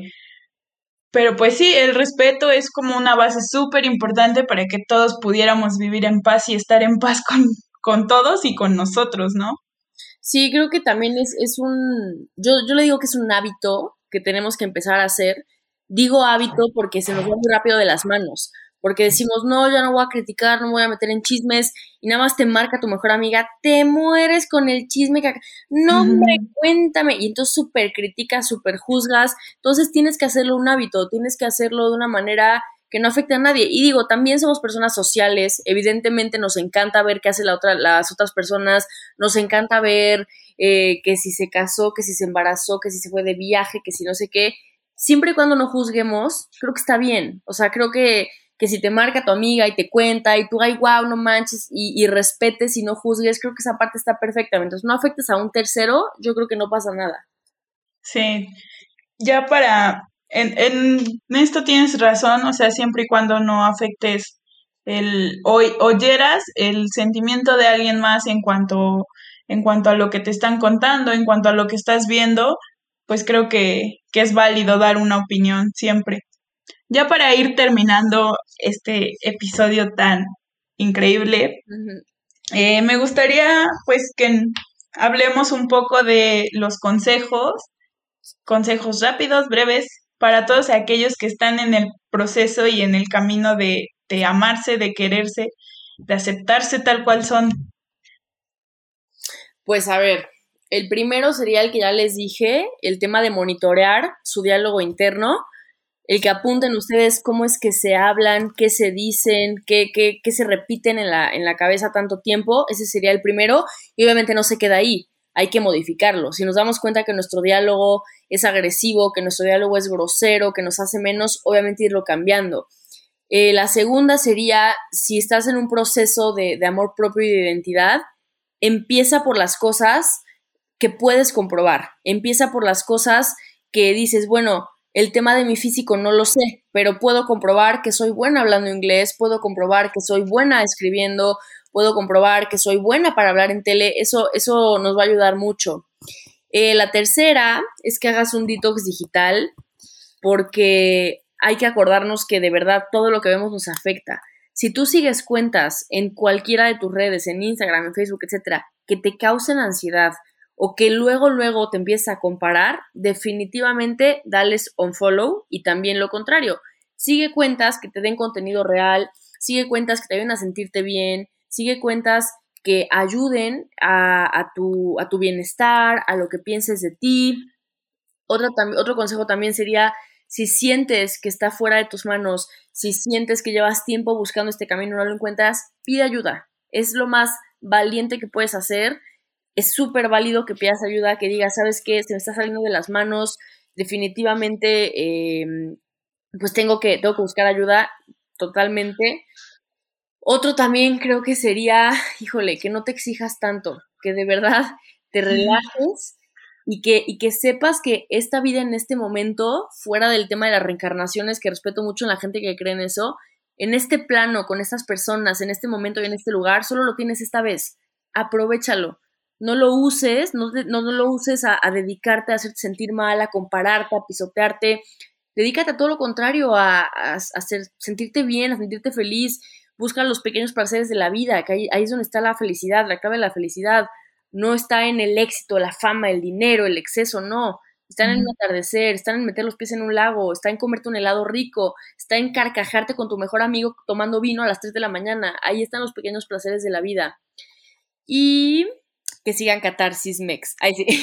Pero pues sí, el respeto es como una base súper importante para que todos pudiéramos vivir en paz y estar en paz con, con todos y con nosotros, ¿no? Sí, creo que también es, es un, yo, yo le digo que es un hábito que tenemos que empezar a hacer. Digo hábito porque se nos va muy rápido de las manos, porque decimos, no, ya no voy a criticar, no me voy a meter en chismes, y nada más te marca tu mejor amiga, te mueres con el chisme, que... no, hombre, cuéntame, y entonces súper criticas, súper juzgas, entonces tienes que hacerlo un hábito, tienes que hacerlo de una manera que no afecte a nadie. Y digo, también somos personas sociales, evidentemente nos encanta ver qué hacen la otra, las otras personas, nos encanta ver eh, que si se casó, que si se embarazó, que si se fue de viaje, que si no sé qué. Siempre y cuando no juzguemos, creo que está bien. O sea, creo que, que si te marca tu amiga y te cuenta y tú, ay, wow, no manches, y, y respetes y no juzgues, creo que esa parte está perfecta. Mientras no afectes a un tercero, yo creo que no pasa nada. Sí, ya para, en, en esto tienes razón, o sea, siempre y cuando no afectes el, o oyeras el sentimiento de alguien más en cuanto, en cuanto a lo que te están contando, en cuanto a lo que estás viendo, pues creo que, que es válido dar una opinión siempre. Ya para ir terminando este episodio tan increíble, Uh-huh. eh, me gustaría pues que hablemos un poco de los consejos, consejos rápidos, breves, para todos aquellos que están en el proceso y en el camino de, de amarse, de quererse, de aceptarse tal cual son. Pues a ver, el primero sería el que ya les dije, el tema de monitorear su diálogo interno, el que apunten ustedes cómo es que se hablan, qué se dicen, qué, qué, qué se repiten en la, en la cabeza tanto tiempo, ese sería el primero, y obviamente no se queda ahí, hay que modificarlo. Si nos damos cuenta que nuestro diálogo es agresivo, que nuestro diálogo es grosero, que nos hace menos, obviamente irlo cambiando. Eh, la segunda sería, si estás en un proceso de, de amor propio y de identidad, empieza por las cosas que puedes comprobar, empieza por las cosas que dices, bueno, el tema de mi físico no lo sé, pero puedo comprobar que soy buena hablando inglés, puedo comprobar que soy buena escribiendo, puedo comprobar que soy buena para hablar en tele, eso, eso nos va a ayudar mucho. Eh, la tercera es que hagas un detox digital, porque hay que acordarnos que de verdad todo lo que vemos nos afecta. Si tú sigues cuentas en cualquiera de tus redes, en Instagram, en Facebook, etcétera, que te causen ansiedad o que luego, luego te empieces a comparar, definitivamente dales unfollow, y también lo contrario. Sigue cuentas que te den contenido real, sigue cuentas que te ayuden a sentirte bien, sigue cuentas que ayuden a, a, tu, a tu bienestar, a lo que pienses de ti. Otro, tam- otro consejo también sería, si sientes que está fuera de tus manos, si sientes que llevas tiempo buscando este camino y no lo encuentras, pide ayuda. Es lo más valiente que puedes hacer. Es súper válido que pidas ayuda, que digas, ¿sabes qué? Se me está saliendo de las manos. Definitivamente eh, pues tengo que, tengo que buscar ayuda totalmente. Otro también creo que sería, híjole, que no te exijas tanto, que de verdad te relajes y que, y que sepas que esta vida en este momento, fuera del tema de las reencarnaciones, que respeto mucho en la gente que cree en eso, en este plano, con estas personas, en este momento y en este lugar, solo lo tienes esta vez. Aprovéchalo. No lo uses, no, no, no lo uses a, a dedicarte a hacerte sentir mal, a compararte, a pisotearte. Dedícate a todo lo contrario, a, a, a hacer, sentirte bien, a sentirte feliz. Busca los pequeños placeres de la vida, que ahí, ahí es donde está la felicidad, la clave de la felicidad. No está en el éxito, la fama, el dinero, el exceso, no. Está en un atardecer, está en meter los pies en un lago, está en comerte un helado rico, está en carcajarte con tu mejor amigo tomando vino a las tres de la mañana. Ahí están los pequeños placeres de la vida. Y que sigan Catarsis Mex. Ahí sí.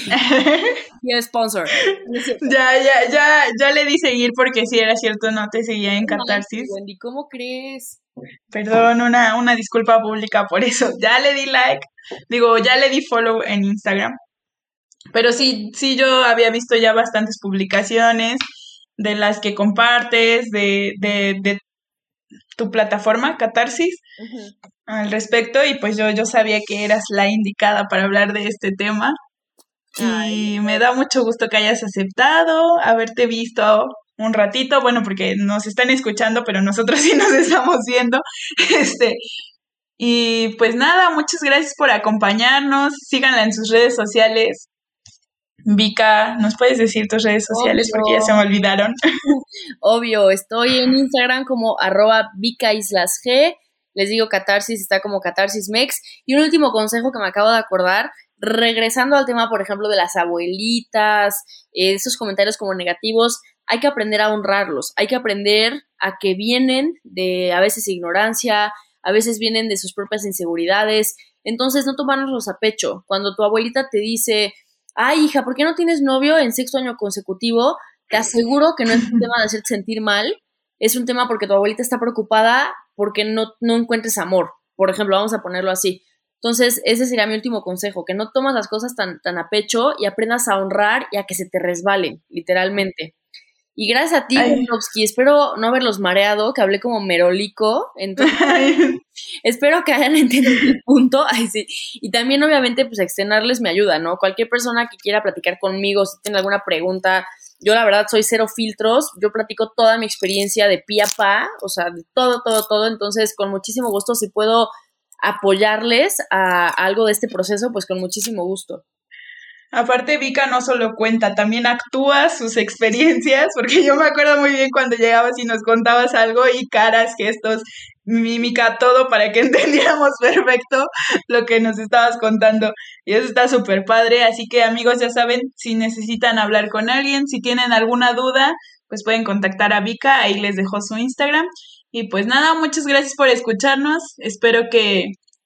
Y el sponsor. Ya, ya, ya, ya le di seguir porque si era cierto, no te seguía en Catarsis. Ay, Wendy, ¿cómo crees? Perdón, una, una disculpa pública por eso. Ya le di like, digo, ya le di follow en Instagram. Pero sí, sí, yo había visto ya bastantes publicaciones de las que compartes, de, de, de tu plataforma, Catarsis, uh-huh, al respecto, y pues yo, yo sabía que eras la indicada para hablar de este tema. Ay, y me da mucho gusto que hayas aceptado, haberte visto un ratito, bueno, porque nos están escuchando, pero nosotros sí nos estamos viendo, este, y pues nada, muchas gracias por acompañarnos, síganla en sus redes sociales. Vika, ¿nos puedes decir tus redes sociales? Obvio. Porque ya se me olvidaron. Obvio, estoy en Instagram como arroba Vika Islas G, les digo Catarsis, está como Catarsis Mex, y un último consejo que me acabo de acordar, regresando al tema, por ejemplo, de las abuelitas, eh, esos comentarios como negativos, hay que aprender a honrarlos, hay que aprender a que vienen de a veces ignorancia, a veces vienen de sus propias inseguridades, entonces no tomárnoslos a pecho. Cuando tu abuelita te dice, ay, hija, ¿por qué no tienes novio en sexto año consecutivo? Te aseguro que no es un tema de hacerte sentir mal, es un tema porque tu abuelita está preocupada porque no, no encuentres amor, por ejemplo, vamos a ponerlo así. Entonces, ese sería mi último consejo, que no tomas las cosas tan, tan a pecho y aprendas a honrar y a que se te resbalen, literalmente. Y gracias a ti, Wendowski, espero no haberlos mareado, que hablé como merolico, entonces espero que hayan entendido el punto. Ay, sí. Y también, obviamente, pues externarles mi ayuda, ¿no? Cualquier persona que quiera platicar conmigo, si tiene alguna pregunta, yo la verdad soy cero filtros, yo platico toda mi experiencia de pi a pa, o sea, de todo, todo, todo, entonces con muchísimo gusto, si puedo apoyarles a, a algo de este proceso, pues con muchísimo gusto. Aparte, Vika no solo cuenta, también actúa sus experiencias, porque yo me acuerdo muy bien cuando llegabas y nos contabas algo y caras, gestos, mímica, todo para que entendiéramos perfecto lo que nos estabas contando. Y eso está súper padre, así que amigos, ya saben, si necesitan hablar con alguien, si tienen alguna duda, pues pueden contactar a Vika, ahí les dejo su Instagram. Y pues nada, muchas gracias por escucharnos, espero que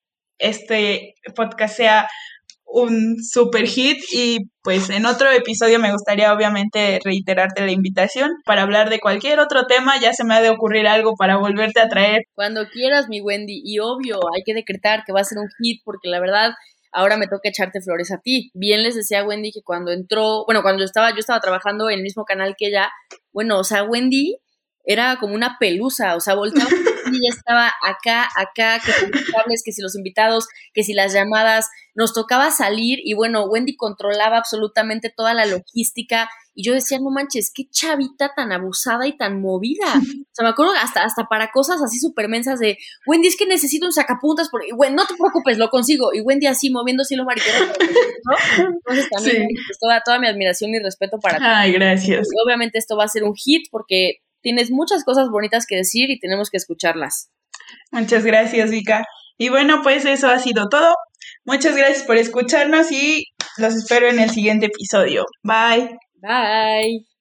este podcast sea un super hit y pues en otro episodio me gustaría obviamente reiterarte la invitación para hablar de cualquier otro tema, ya se me ha de ocurrir algo para volverte a traer. Cuando quieras, mi Wendy, y obvio, hay que decretar que va a ser un hit porque la verdad ahora me toca echarte flores a ti. Bien les decía a Wendy que cuando entró, bueno, cuando yo estaba, yo estaba trabajando en el mismo canal que ella, bueno, o sea, Wendy era como una pelusa, o sea, volteaba y ella estaba acá, acá, que si los cables, que si los invitados, que si las llamadas, nos tocaba salir y bueno, Wendy controlaba absolutamente toda la logística y yo decía, no manches, qué chavita tan abusada y tan movida. O sea, me acuerdo hasta, hasta para cosas así súper mensas de, Wendy, es que necesito un sacapuntas, porque, bueno, no te preocupes, lo consigo. Y Wendy así moviendo así los mariqueros, ¿no? Entonces también sí. Pues, toda, toda mi admiración y respeto para ti. Ay, gracias. Y obviamente esto va a ser un hit porque tienes muchas cosas bonitas que decir y tenemos que escucharlas. Muchas gracias, Vika. Y bueno, pues eso ha sido todo. Muchas gracias por escucharnos y los espero en el siguiente episodio. Bye. Bye.